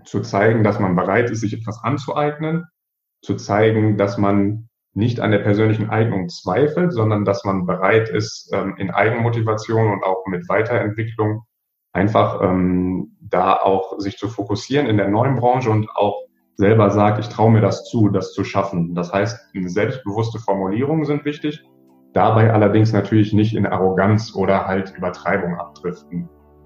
zu zeigen, dass man bereit ist, sich etwas anzueignen, zu zeigen, dass man nicht an der persönlichen Eignung zweifelt, sondern dass man bereit ist, in Eigenmotivation und auch mit Weiterentwicklung einfach da auch sich zu fokussieren in der neuen Branche und auch selber sagt, ich traue mir das zu, das zu schaffen. Das heißt, selbstbewusste Formulierungen sind wichtig, dabei allerdings natürlich nicht in Arroganz oder halt Übertreibung abdriften.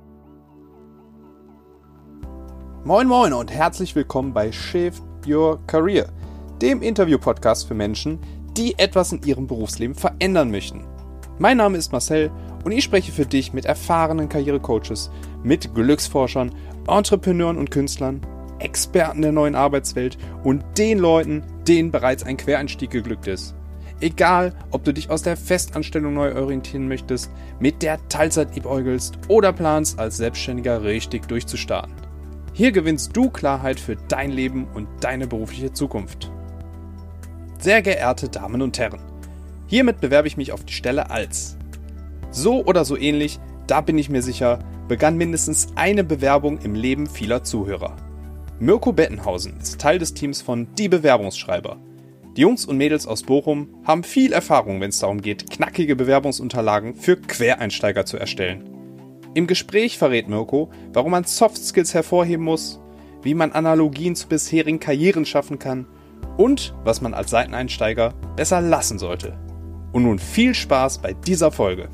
Moin Moin und herzlich willkommen bei Shift Your Career, dem Interview-Podcast für Menschen, die etwas in ihrem Berufsleben verändern möchten. Mein Name ist Marcel und ich spreche für dich mit erfahrenen Karrierecoaches, mit Glücksforschern, Entrepreneuren und Künstlern, Experten der neuen Arbeitswelt und den Leuten, denen bereits ein Quereinstieg geglückt ist. Egal, ob du dich aus der Festanstellung neu orientieren möchtest, mit der Teilzeit liebäugelst oder planst, als Selbstständiger richtig durchzustarten. Hier gewinnst du Klarheit für dein Leben und deine berufliche Zukunft. Sehr geehrte Damen und Herren, hiermit bewerbe ich mich auf die Stelle als. So oder so ähnlich, da bin ich mir sicher, begann mindestens eine Bewerbung im Leben vieler Zuhörer. Mirko Bettenhausen ist Teil des Teams von Die Bewerbungsschreiber. Die Jungs und Mädels aus Bochum haben viel Erfahrung, wenn es darum geht, knackige Bewerbungsunterlagen für Quereinsteiger zu erstellen. Im Gespräch verrät Mirko, warum man Soft Skills hervorheben muss, wie man Analogien zu bisherigen Karrieren schaffen kann und was man als Seiteneinsteiger besser lassen sollte. Und nun viel Spaß bei dieser Folge.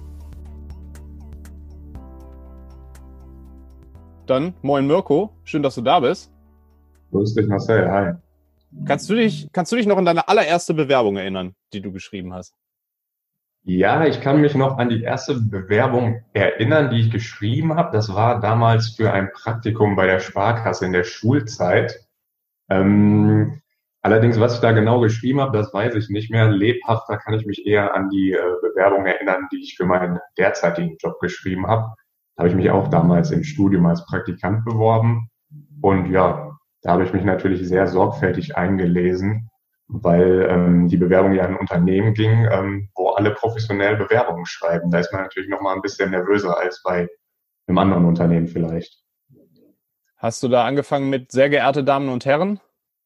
Dann, moin Mirko, schön, dass du da bist. Grüß dich, Marcel, hi. Kannst du dich noch an deine allererste Bewerbung erinnern, die du geschrieben hast? Ja, ich kann mich noch an die erste Bewerbung erinnern, die ich geschrieben habe. Das war damals für ein Praktikum bei der Sparkasse in der Schulzeit. Allerdings, was ich da genau geschrieben habe, das weiß ich nicht mehr. Lebhafter kann ich mich eher an die Bewerbung erinnern, die ich für meinen derzeitigen Job geschrieben habe. Da habe ich mich auch damals im Studium als Praktikant beworben. Und ja, da habe ich mich natürlich sehr sorgfältig eingelesen, weil die Bewerbung ja an ein Unternehmen ging, wo alle professionell Bewerbungen schreiben. Da ist man natürlich noch mal ein bisschen nervöser als bei einem anderen Unternehmen vielleicht. Hast du da angefangen mit sehr geehrte Damen und Herren?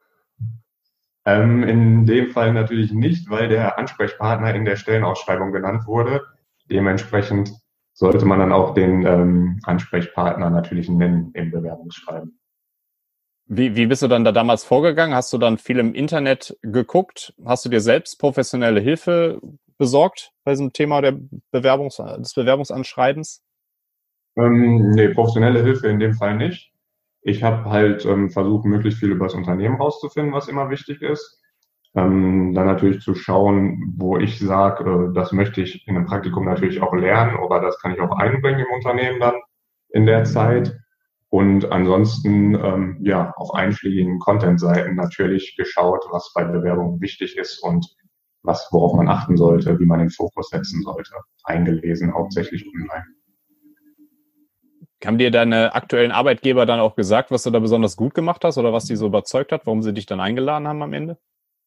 In dem Fall natürlich nicht, weil der Ansprechpartner in der Stellenausschreibung genannt wurde. Dementsprechend sollte man dann auch den Ansprechpartner natürlich nennen im Bewerbungsschreiben. Wie bist du dann da damals vorgegangen? Hast du dann viel im Internet geguckt? Hast du dir selbst professionelle Hilfe besorgt bei diesem Thema des Bewerbungsanschreibens? Nee, professionelle Hilfe in dem Fall nicht. Ich habe halt versucht, möglichst viel über das Unternehmen rauszufinden, was immer wichtig ist. Dann natürlich zu schauen, wo ich sage, das möchte ich in einem Praktikum natürlich auch lernen oder das kann ich auch einbringen im Unternehmen dann in der Zeit. Und ansonsten auf einschlägigen Content-Seiten natürlich geschaut, was bei Bewerbungen wichtig ist und worauf man achten sollte, wie man den Fokus setzen sollte. Eingelesen, hauptsächlich online. Haben dir deine aktuellen Arbeitgeber dann auch gesagt, was du da besonders gut gemacht hast oder was die so überzeugt hat, warum sie dich dann eingeladen haben am Ende?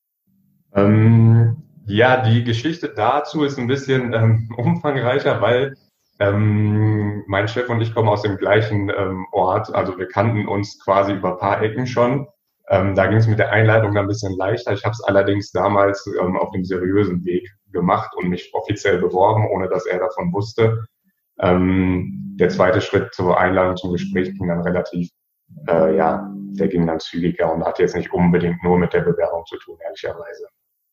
Ja, die Geschichte dazu ist ein bisschen umfangreicher, weil mein Chef und ich kommen aus dem gleichen Ort, also wir kannten uns quasi über ein paar Ecken schon. Da ging es mit der Einladung dann ein bisschen leichter. Ich habe es allerdings damals auf dem seriösen Weg gemacht und mich offiziell beworben, ohne dass er davon wusste. Der zweite Schritt zur Einladung zum Gespräch ging dann relativ, der ging dann zügiger und hat jetzt nicht unbedingt nur mit der Bewerbung zu tun, ehrlicherweise.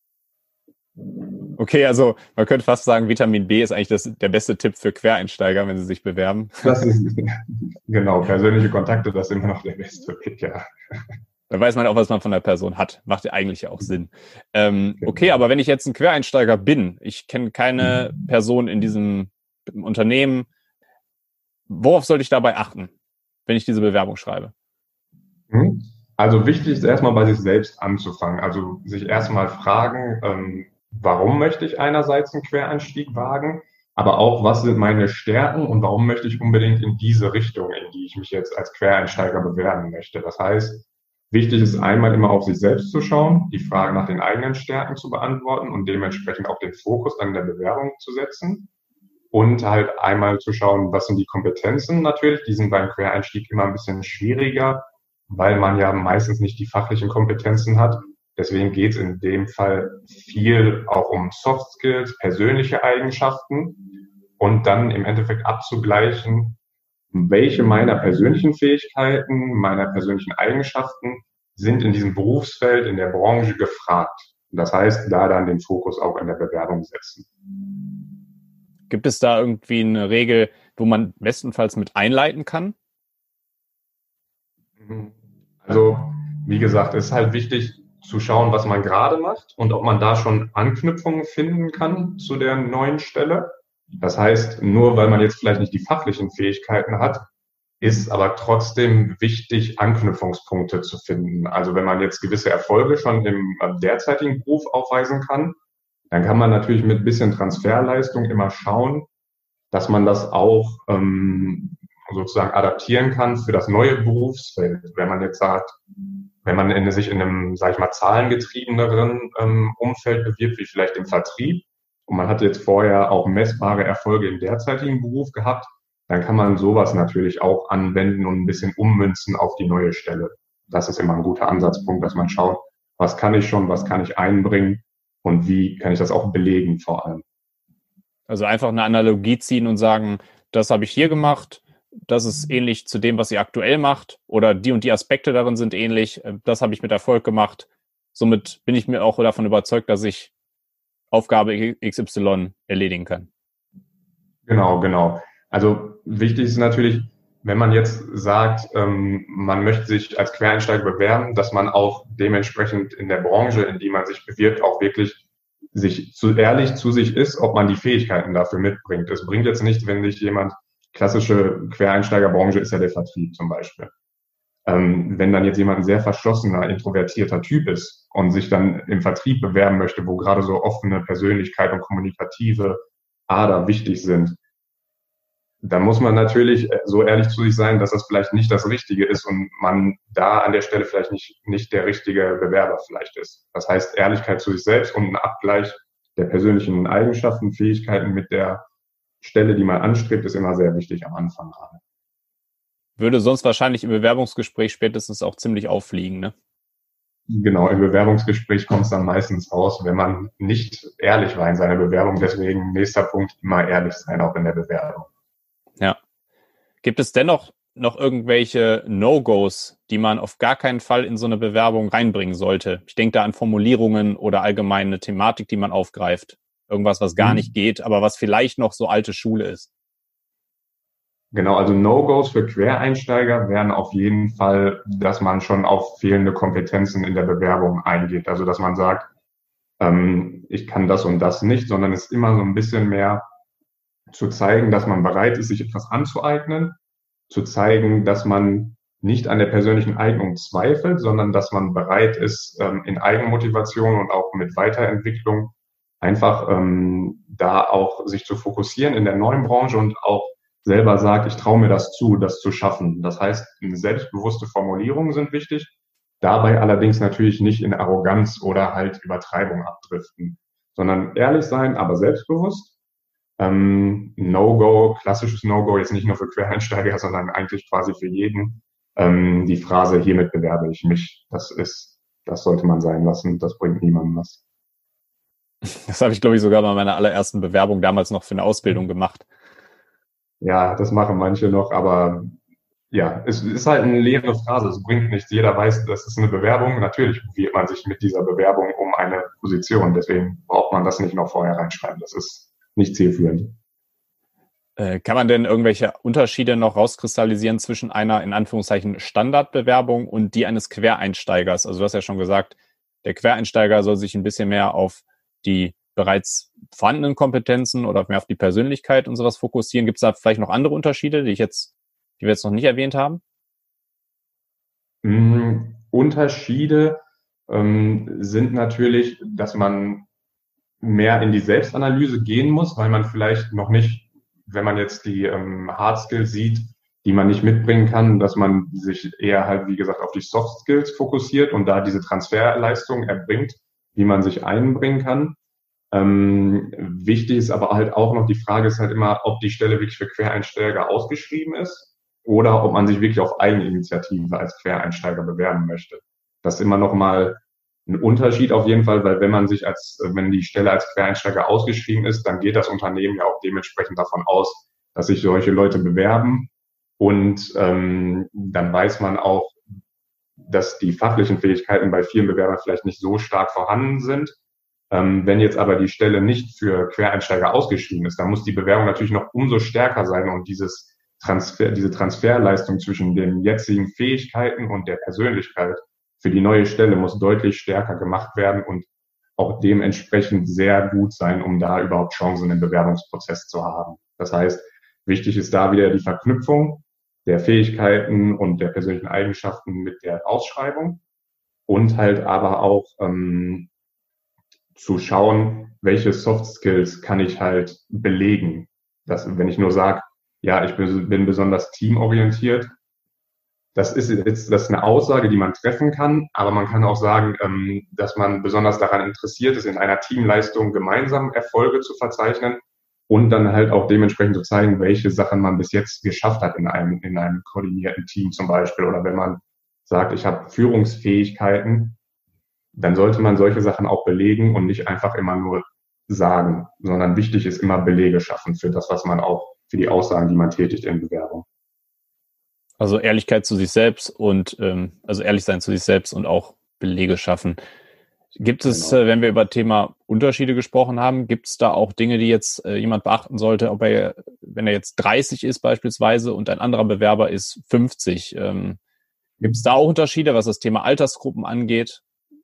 Okay, also man könnte fast sagen, Vitamin B ist eigentlich der beste Tipp für Quereinsteiger, wenn sie sich bewerben. Das ist, genau, persönliche Kontakte, das ist immer noch der beste Weg, ja. Da weiß man auch, was man von der Person hat. Macht ja eigentlich auch Sinn. Okay, aber wenn ich jetzt ein Quereinsteiger bin, ich kenne keine Person in diesem Unternehmen, worauf sollte ich dabei achten, wenn ich diese Bewerbung schreibe? Also wichtig ist erstmal bei sich selbst anzufangen. Also sich erstmal fragen, warum möchte ich einerseits einen Quereinstieg wagen, aber auch, was sind meine Stärken und warum möchte ich unbedingt in diese Richtung, in die ich mich jetzt als Quereinsteiger bewerben möchte. Das heißt, wichtig ist einmal immer auf sich selbst zu schauen, die Frage nach den eigenen Stärken zu beantworten und dementsprechend auch den Fokus dann in der Bewerbung zu setzen. Und halt einmal zu schauen, was sind die Kompetenzen natürlich, die sind beim Quereinstieg immer ein bisschen schwieriger, weil man ja meistens nicht die fachlichen Kompetenzen hat. Deswegen geht es in dem Fall viel auch um Soft Skills, persönliche Eigenschaften und dann im Endeffekt abzugleichen, welche meiner persönlichen Fähigkeiten, meiner persönlichen Eigenschaften sind in diesem Berufsfeld, in der Branche gefragt. Das heißt, da dann den Fokus auch in der Bewerbung setzen. Gibt es da irgendwie eine Regel, wo man bestenfalls mit einleiten kann? Also, wie gesagt, es ist halt wichtig zu schauen, was man gerade macht und ob man da schon Anknüpfungen finden kann zu der neuen Stelle. Das heißt, nur weil man jetzt vielleicht nicht die fachlichen Fähigkeiten hat, ist aber trotzdem wichtig, Anknüpfungspunkte zu finden. Also wenn man jetzt gewisse Erfolge schon im derzeitigen Beruf aufweisen kann, dann kann man natürlich mit ein bisschen Transferleistung immer schauen, dass man das auch sozusagen adaptieren kann für das neue Berufsfeld. Wenn man jetzt sagt, wenn man sich in einem, sag ich mal, zahlengetriebeneren Umfeld bewirbt, wie vielleicht im Vertrieb, und man hat jetzt vorher auch messbare Erfolge im derzeitigen Beruf gehabt, dann kann man sowas natürlich auch anwenden und ein bisschen ummünzen auf die neue Stelle. Das ist immer ein guter Ansatzpunkt, dass man schaut, was kann ich schon, was kann ich einbringen und wie kann ich das auch belegen vor allem. Also einfach eine Analogie ziehen und sagen, das habe ich hier gemacht, das ist ähnlich zu dem, was ihr aktuell macht, oder die und die Aspekte darin sind ähnlich, das habe ich mit Erfolg gemacht. Somit bin ich mir auch davon überzeugt, dass ich Aufgabe XY erledigen kann. Genau. Also wichtig ist natürlich, wenn man jetzt sagt, man möchte sich als Quereinsteiger bewerben, dass man auch dementsprechend in der Branche, in die man sich bewirbt, auch wirklich sich ehrlich zu sich ist, ob man die Fähigkeiten dafür mitbringt. Es bringt jetzt nicht, wenn sich jemand, klassische Quereinsteigerbranche ist ja der Vertrieb zum Beispiel. Wenn dann jetzt jemand ein sehr verschlossener, introvertierter Typ ist und sich dann im Vertrieb bewerben möchte, wo gerade so offene Persönlichkeit und kommunikative Ader wichtig sind, dann muss man natürlich so ehrlich zu sich sein, dass das vielleicht nicht das Richtige ist und man da an der Stelle vielleicht nicht der richtige Bewerber vielleicht ist. Das heißt, Ehrlichkeit zu sich selbst und ein Abgleich der persönlichen Eigenschaften, Fähigkeiten mit der Stelle, die man anstrebt, ist immer sehr wichtig am Anfang gerade. Würde sonst wahrscheinlich im Bewerbungsgespräch spätestens auch ziemlich auffliegen, ne? Genau, im Bewerbungsgespräch kommt es dann meistens raus, wenn man nicht ehrlich war in seiner Bewerbung. Deswegen nächster Punkt, immer ehrlich sein, auch in der Bewerbung. Ja. Gibt es dennoch noch irgendwelche No-Gos, die man auf gar keinen Fall in so eine Bewerbung reinbringen sollte? Ich denke da an Formulierungen oder allgemein eine Thematik, die man aufgreift. Irgendwas, was gar nicht geht, aber was vielleicht noch so alte Schule ist. Genau, also No-Gos für Quereinsteiger wären auf jeden Fall, dass man schon auf fehlende Kompetenzen in der Bewerbung eingeht. Also dass man sagt, ich kann das und das nicht, sondern es ist immer so ein bisschen mehr zu zeigen, dass man bereit ist, sich etwas anzueignen, zu zeigen, dass man nicht an der persönlichen Eignung zweifelt, sondern dass man bereit ist, in Eigenmotivation und auch mit Weiterentwicklung einfach da auch sich zu fokussieren in der neuen Branche und auch selber sagt, ich traue mir das zu, das zu schaffen. Das heißt, selbstbewusste Formulierungen sind wichtig, dabei allerdings natürlich nicht in Arroganz oder halt Übertreibung abdriften, sondern ehrlich sein, aber selbstbewusst. No-Go, klassisches No-Go, jetzt nicht nur für Quereinsteiger, sondern eigentlich quasi für jeden. Die Phrase, hiermit bewerbe ich mich, das sollte man sein lassen, das bringt niemandem was. Das habe ich, glaube ich, sogar bei meiner allerersten Bewerbung damals noch für eine Ausbildung gemacht. Ja, das machen manche noch, aber ja, es ist halt eine leere Phrase, es bringt nichts. Jeder weiß, das ist eine Bewerbung. Natürlich bewirbt man sich mit dieser Bewerbung um eine Position, deswegen braucht man das nicht noch vorher reinschreiben. Das ist nicht zielführend. Kann man denn irgendwelche Unterschiede noch rauskristallisieren zwischen einer, in Anführungszeichen, Standardbewerbung und die eines Quereinsteigers? Also du hast ja schon gesagt, der Quereinsteiger soll sich ein bisschen mehr auf die bereits vorhandenen Kompetenzen oder mehr auf die Persönlichkeit und sowas fokussieren. Gibt es da vielleicht noch andere Unterschiede, die wir jetzt noch nicht erwähnt haben? Unterschiede sind natürlich, dass man mehr in die Selbstanalyse gehen muss, weil man vielleicht noch nicht, wenn man jetzt die Hard Skills sieht, die man nicht mitbringen kann, dass man sich eher halt, wie gesagt, auf die Soft Skills fokussiert und da diese Transferleistung erbringt, wie man sich einbringen kann. Wichtig ist aber halt auch noch, die Frage ist halt immer, ob die Stelle wirklich für Quereinsteiger ausgeschrieben ist oder ob man sich wirklich auf Eigeninitiative als Quereinsteiger bewerben möchte. Das ist immer noch mal ein Unterschied auf jeden Fall, weil wenn die Stelle als Quereinsteiger ausgeschrieben ist, dann geht das Unternehmen ja auch dementsprechend davon aus, dass sich solche Leute bewerben und dann weiß man auch, dass die fachlichen Fähigkeiten bei vielen Bewerbern vielleicht nicht so stark vorhanden sind. Wenn jetzt aber die Stelle nicht für Quereinsteiger ausgeschrieben ist, dann muss die Bewerbung natürlich noch umso stärker sein und diese Transferleistung zwischen den jetzigen Fähigkeiten und der Persönlichkeit für die neue Stelle muss deutlich stärker gemacht werden und auch dementsprechend sehr gut sein, um da überhaupt Chancen im Bewerbungsprozess zu haben. Das heißt, wichtig ist da wieder die Verknüpfung der Fähigkeiten und der persönlichen Eigenschaften mit der Ausschreibung und halt aber auch zu schauen, welche Soft Skills kann ich halt belegen. Wenn ich nur sage, ja, ich bin besonders teamorientiert, das ist eine Aussage, die man treffen kann, aber man kann auch sagen, dass man besonders daran interessiert ist, in einer Teamleistung gemeinsam Erfolge zu verzeichnen und dann halt auch dementsprechend zu zeigen, welche Sachen man bis jetzt geschafft hat in einem koordinierten Team zum Beispiel. Oder wenn man sagt, ich habe Führungsfähigkeiten, dann sollte man solche Sachen auch belegen und nicht einfach immer nur sagen, sondern wichtig ist immer Belege schaffen für das, was man auch, für die Aussagen, die man tätigt in Bewerbung. Also Ehrlichkeit zu sich selbst und also ehrlich sein zu sich selbst und auch Belege schaffen. Gibt es, wenn wir über Thema Unterschiede gesprochen haben, gibt es da auch Dinge, die jetzt jemand beachten sollte, wenn er jetzt 30 ist beispielsweise und ein anderer Bewerber ist 50? Gibt es da auch Unterschiede, was das Thema Altersgruppen angeht?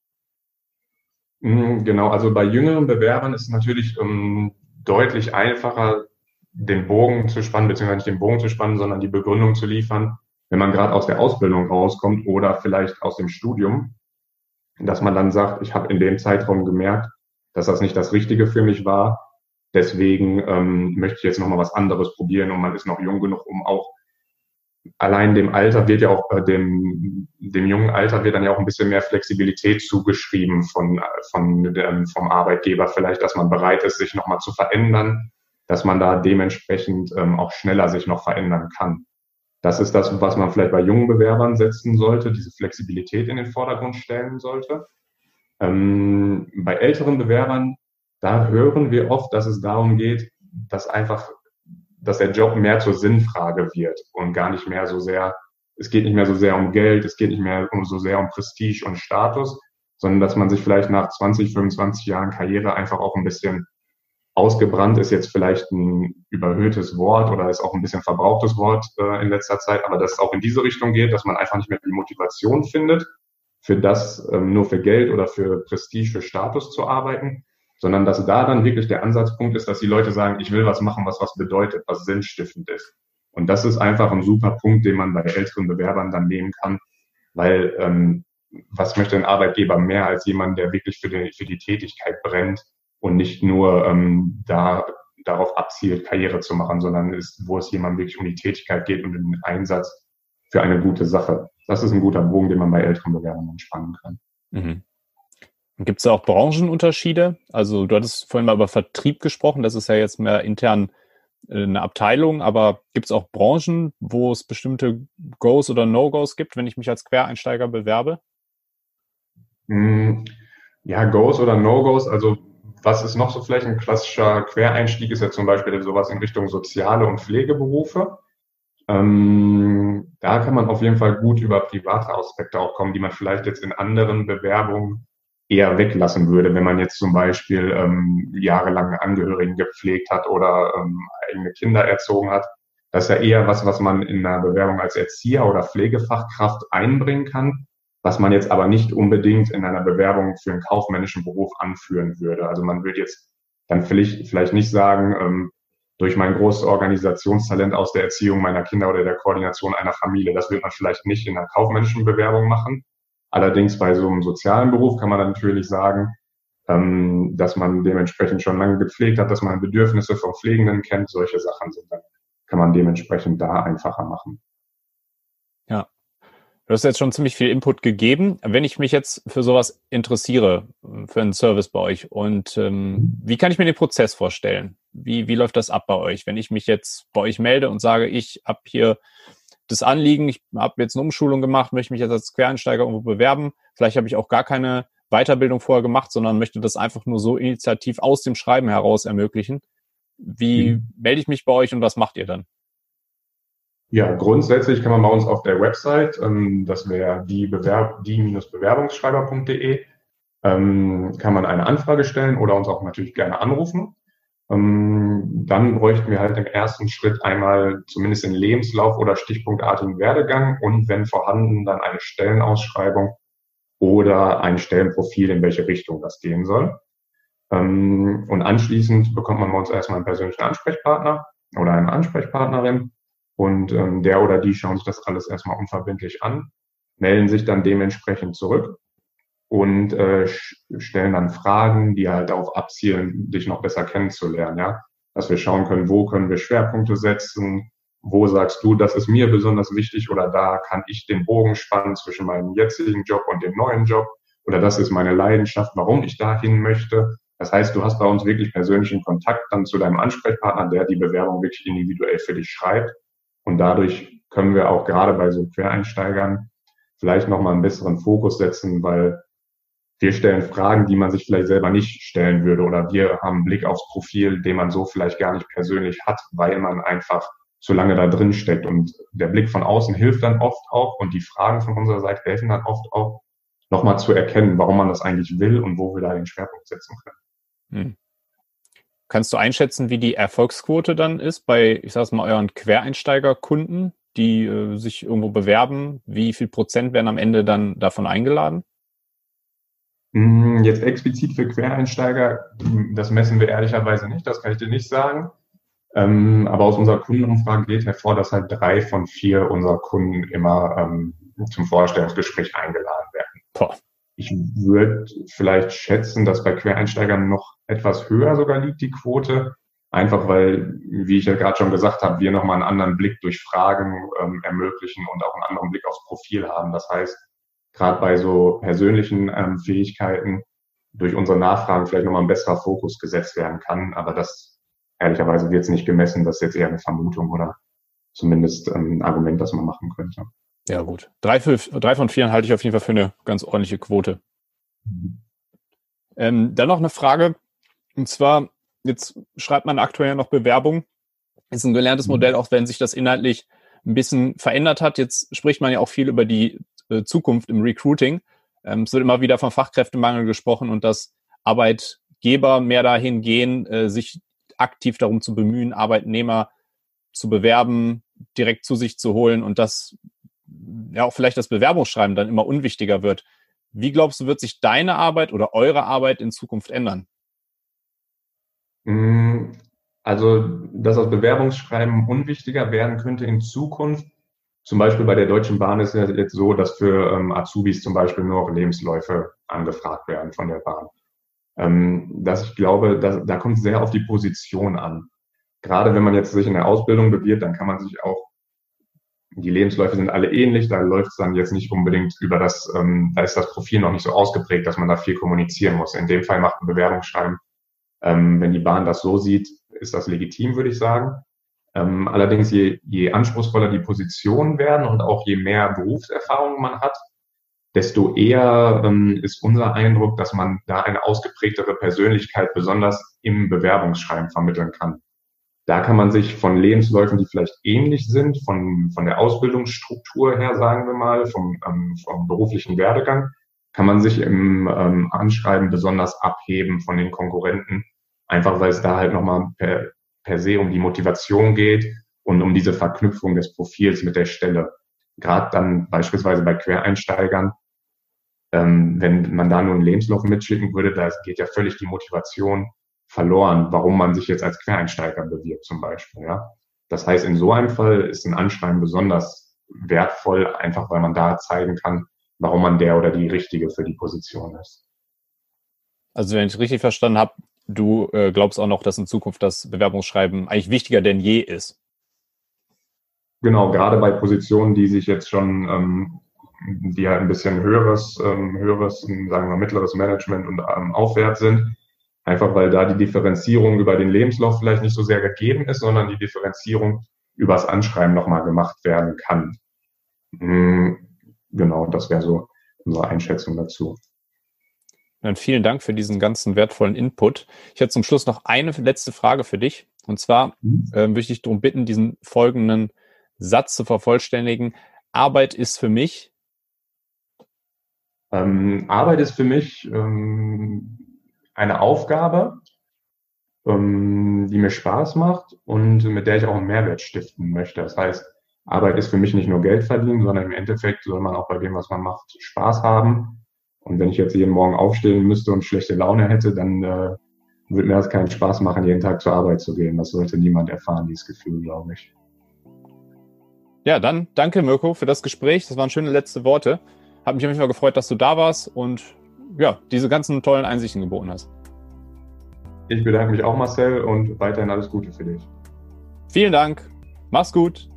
Genau, also bei jüngeren Bewerbern ist es natürlich deutlich einfacher, den Bogen zu spannen, beziehungsweise nicht den Bogen zu spannen, sondern die Begründung zu liefern, wenn man gerade aus der Ausbildung rauskommt oder vielleicht aus dem Studium, dass man dann sagt, ich habe in dem Zeitraum gemerkt, dass das nicht das Richtige für mich war. Deswegen möchte ich jetzt nochmal was anderes probieren und man ist noch jung genug, um auch allein dem Alter wird ja auch dem jungen Alter wird dann ja auch ein bisschen mehr Flexibilität zugeschrieben vom Arbeitgeber vielleicht, dass man bereit ist, sich nochmal zu verändern, dass man da dementsprechend auch schneller sich noch verändern kann. Das ist das, was man vielleicht bei jungen Bewerbern setzen sollte, diese Flexibilität in den Vordergrund stellen sollte. Bei älteren Bewerbern, da hören wir oft, dass es darum geht, dass der Job mehr zur Sinnfrage wird und gar nicht mehr so sehr, es geht nicht mehr so sehr um Geld, es geht nicht mehr so sehr um Prestige und Status, sondern dass man sich vielleicht nach 20, 25 Jahren Karriere einfach auch ein bisschen ausgebrannt ist jetzt vielleicht ein überhöhtes Wort oder ist auch ein bisschen verbrauchtes Wort in letzter Zeit, aber dass es auch in diese Richtung geht, dass man einfach nicht mehr die Motivation findet, für das nur für Geld oder für Prestige, für Status zu arbeiten, sondern dass da dann wirklich der Ansatzpunkt ist, dass die Leute sagen, ich will was machen, was bedeutet, was sinnstiftend ist. Und das ist einfach ein super Punkt, den man bei älteren Bewerbern dann nehmen kann, weil was möchte ein Arbeitgeber mehr als jemand, der wirklich für die Tätigkeit brennt und nicht nur darauf abzielt, Karriere zu machen, sondern wo es jemandem wirklich um die Tätigkeit geht und den Einsatz für eine gute Sache. Das ist ein guter Bogen, den man bei älteren Bewerbern entspannen kann. Mhm. Gibt es da auch Branchenunterschiede? Also du hattest vorhin mal über Vertrieb gesprochen, das ist ja jetzt mehr intern eine Abteilung, aber gibt es auch Branchen, wo es bestimmte Goes oder No-Goes gibt, wenn ich mich als Quereinsteiger bewerbe? Ja, Goes oder No-Goes, also was ist noch so vielleicht ein klassischer Quereinstieg, ist ja zum Beispiel sowas in Richtung soziale und Pflegeberufe. Da kann man auf jeden Fall gut über private Aspekte auch kommen, die man vielleicht jetzt in anderen Bewerbungen eher weglassen würde, wenn man jetzt zum Beispiel jahrelang Angehörigen gepflegt hat oder eigene Kinder erzogen hat. Das ist ja eher was man in einer Bewerbung als Erzieher oder Pflegefachkraft einbringen kann, was man jetzt aber nicht unbedingt in einer Bewerbung für einen kaufmännischen Beruf anführen würde. Also man würde jetzt dann vielleicht nicht sagen, durch mein großes Organisationstalent aus der Erziehung meiner Kinder oder der Koordination einer Familie, das wird man vielleicht nicht in einer kaufmännischen Bewerbung machen. Allerdings bei so einem sozialen Beruf kann man dann natürlich sagen, dass man dementsprechend schon lange gepflegt hat, dass man Bedürfnisse von Pflegenden kennt. Solche Sachen dann kann man dementsprechend da einfacher machen. Ja. Du hast jetzt schon ziemlich viel Input gegeben. Wenn ich mich jetzt für sowas interessiere, für einen Service bei euch, und wie kann ich mir den Prozess vorstellen? Wie läuft das ab bei euch? Wenn ich mich jetzt bei euch melde und sage, ich habe hier das Anliegen, ich habe jetzt eine Umschulung gemacht, möchte mich jetzt als Quereinsteiger irgendwo bewerben. Vielleicht habe ich auch gar keine Weiterbildung vorher gemacht, sondern möchte das einfach nur so initiativ aus dem Schreiben heraus ermöglichen. Wie melde ich mich bei euch und was macht ihr dann? Ja, grundsätzlich kann man bei uns auf der Website, das wäre die-bewerbungsschreiber.de, kann man eine Anfrage stellen oder uns auch natürlich gerne anrufen. Dann bräuchten wir halt im ersten Schritt einmal zumindest den Lebenslauf oder stichpunktartigen Werdegang und wenn vorhanden, dann eine Stellenausschreibung oder ein Stellenprofil, in welche Richtung das gehen soll. Und anschließend bekommt man bei uns erstmal einen persönlichen Ansprechpartner oder eine Ansprechpartnerin und der oder die schauen sich das alles erstmal unverbindlich an, melden sich dann dementsprechend zurück und stellen dann Fragen, die halt darauf abzielen, dich noch besser kennenzulernen, ja. Dass wir schauen können, wo können wir Schwerpunkte setzen, wo sagst du, das ist mir besonders wichtig oder da kann ich den Bogen spannen zwischen meinem jetzigen Job und dem neuen Job oder das ist meine Leidenschaft, warum ich dahin möchte. Das heißt, du hast bei uns wirklich persönlichen Kontakt dann zu deinem Ansprechpartner, der die Bewerbung wirklich individuell für dich schreibt und dadurch können wir auch gerade bei so Quereinsteigern vielleicht nochmal einen besseren Fokus setzen, weil wir stellen Fragen, die man sich vielleicht selber nicht stellen würde oder wir haben einen Blick aufs Profil, den man so vielleicht gar nicht persönlich hat, weil man einfach so lange da drin steckt und der Blick von außen hilft dann oft auch und die Fragen von unserer Seite helfen dann oft auch, nochmal zu erkennen, warum man das eigentlich will und wo wir da den Schwerpunkt setzen können. Kannst du einschätzen, wie die Erfolgsquote dann ist bei, ich sage mal, euren Quereinsteigerkunden, die sich irgendwo bewerben? Wie viel Prozent werden am Ende dann davon eingeladen? Jetzt explizit für Quereinsteiger, das messen wir ehrlicherweise nicht, das kann ich dir nicht sagen. Aber aus unserer Kundenumfrage geht hervor, dass halt 3 von 4 unserer Kunden immer zum Vorstellungsgespräch eingeladen werden. Boah. Ich würde vielleicht schätzen, dass bei Quereinsteigern noch etwas höher sogar liegt, die Quote. Einfach weil, wie ich ja gerade schon gesagt habe, wir nochmal einen anderen Blick durch Fragen ermöglichen und auch einen anderen Blick aufs Profil haben. Das heißt, gerade bei so persönlichen Fähigkeiten durch unsere Nachfragen vielleicht nochmal ein besserer Fokus gesetzt werden kann. Aber das, ehrlicherweise, wird es nicht gemessen. Das ist jetzt eher eine Vermutung oder zumindest ein Argument, das man machen könnte. Ja gut. 3 von 4 halte ich auf jeden Fall für eine ganz ordentliche Quote. Dann noch eine Frage. Und zwar, jetzt schreibt man aktuell ja noch Bewerbung. Ist ein gelerntes Modell, auch wenn sich das inhaltlich ein bisschen verändert hat. Jetzt spricht man ja auch viel über die Zukunft im Recruiting. Es wird immer wieder vom Fachkräftemangel gesprochen und dass Arbeitgeber mehr dahin gehen, sich aktiv darum zu bemühen, Arbeitnehmer zu bewerben, direkt zu sich zu holen und dass ja auch vielleicht das Bewerbungsschreiben dann immer unwichtiger wird. Wie glaubst du, wird sich deine Arbeit oder eure Arbeit in Zukunft ändern? Also, dass das Bewerbungsschreiben unwichtiger werden könnte in Zukunft. Zum Beispiel bei der Deutschen Bahn ist es jetzt so, dass für Azubis zum Beispiel nur noch Lebensläufe angefragt werden von der Bahn. Ich glaube, da kommt es sehr auf die Position an. Gerade wenn man jetzt sich in der Ausbildung bewirbt, dann kann man sich auch, die Lebensläufe sind alle ähnlich, da läuft es dann jetzt nicht unbedingt über das, da ist das Profil noch nicht so ausgeprägt, dass man da viel kommunizieren muss. In dem Fall macht ein Bewerbungsschreiben, wenn die Bahn das so sieht, ist das legitim, würde ich sagen. Allerdings, je anspruchsvoller die Positionen werden und auch je mehr Berufserfahrung man hat, desto eher ist unser Eindruck, dass man da eine ausgeprägtere Persönlichkeit besonders im Bewerbungsschreiben vermitteln kann. Da kann man sich von Lebensläufen, die vielleicht ähnlich sind, von der Ausbildungsstruktur her, sagen wir mal, vom beruflichen Werdegang, kann man sich im Anschreiben besonders abheben von den Konkurrenten, einfach weil es da halt nochmal per se um die Motivation geht und um diese Verknüpfung des Profils mit der Stelle. Gerade dann beispielsweise bei Quereinsteigern, wenn man da nur einen Lebenslauf mitschicken würde, da geht ja völlig die Motivation verloren, warum man sich jetzt als Quereinsteiger bewirbt zum Beispiel. Ja? Das heißt, in so einem Fall ist ein Anschreiben besonders wertvoll, einfach weil man da zeigen kann, warum man der oder die Richtige für die Position ist. Also wenn ich richtig verstanden habe, du glaubst auch noch, dass in Zukunft das Bewerbungsschreiben eigentlich wichtiger denn je ist. Genau, gerade bei Positionen, die sich jetzt schon, die halt ein bisschen höheres, sagen wir mittleres Management und aufwärts sind, einfach weil da die Differenzierung über den Lebenslauf vielleicht nicht so sehr gegeben ist, sondern die Differenzierung übers Anschreiben nochmal gemacht werden kann. Genau, das wäre so unsere Einschätzung dazu. Dann vielen Dank für diesen ganzen wertvollen Input. Ich hätte zum Schluss noch eine letzte Frage für dich. Und zwar würde ich dich darum bitten, diesen folgenden Satz zu vervollständigen. Arbeit ist für mich? Arbeit ist für mich eine Aufgabe, die mir Spaß macht und mit der ich auch einen Mehrwert stiften möchte. Das heißt, Arbeit ist für mich nicht nur Geld verdienen, sondern im Endeffekt soll man auch bei dem, was man macht, Spaß haben. Und wenn ich jetzt jeden Morgen aufstehen müsste und schlechte Laune hätte, dann würde mir das keinen Spaß machen, jeden Tag zur Arbeit zu gehen. Das sollte niemand erfahren, dieses Gefühl, glaube ich. Ja, dann danke Mirko für das Gespräch. Das waren schöne letzte Worte. Hat mich auf jeden Fall gefreut, dass du da warst und ja, diese ganzen tollen Einsichten geboten hast. Ich bedanke mich auch, Marcel, und weiterhin alles Gute für dich. Vielen Dank. Mach's gut.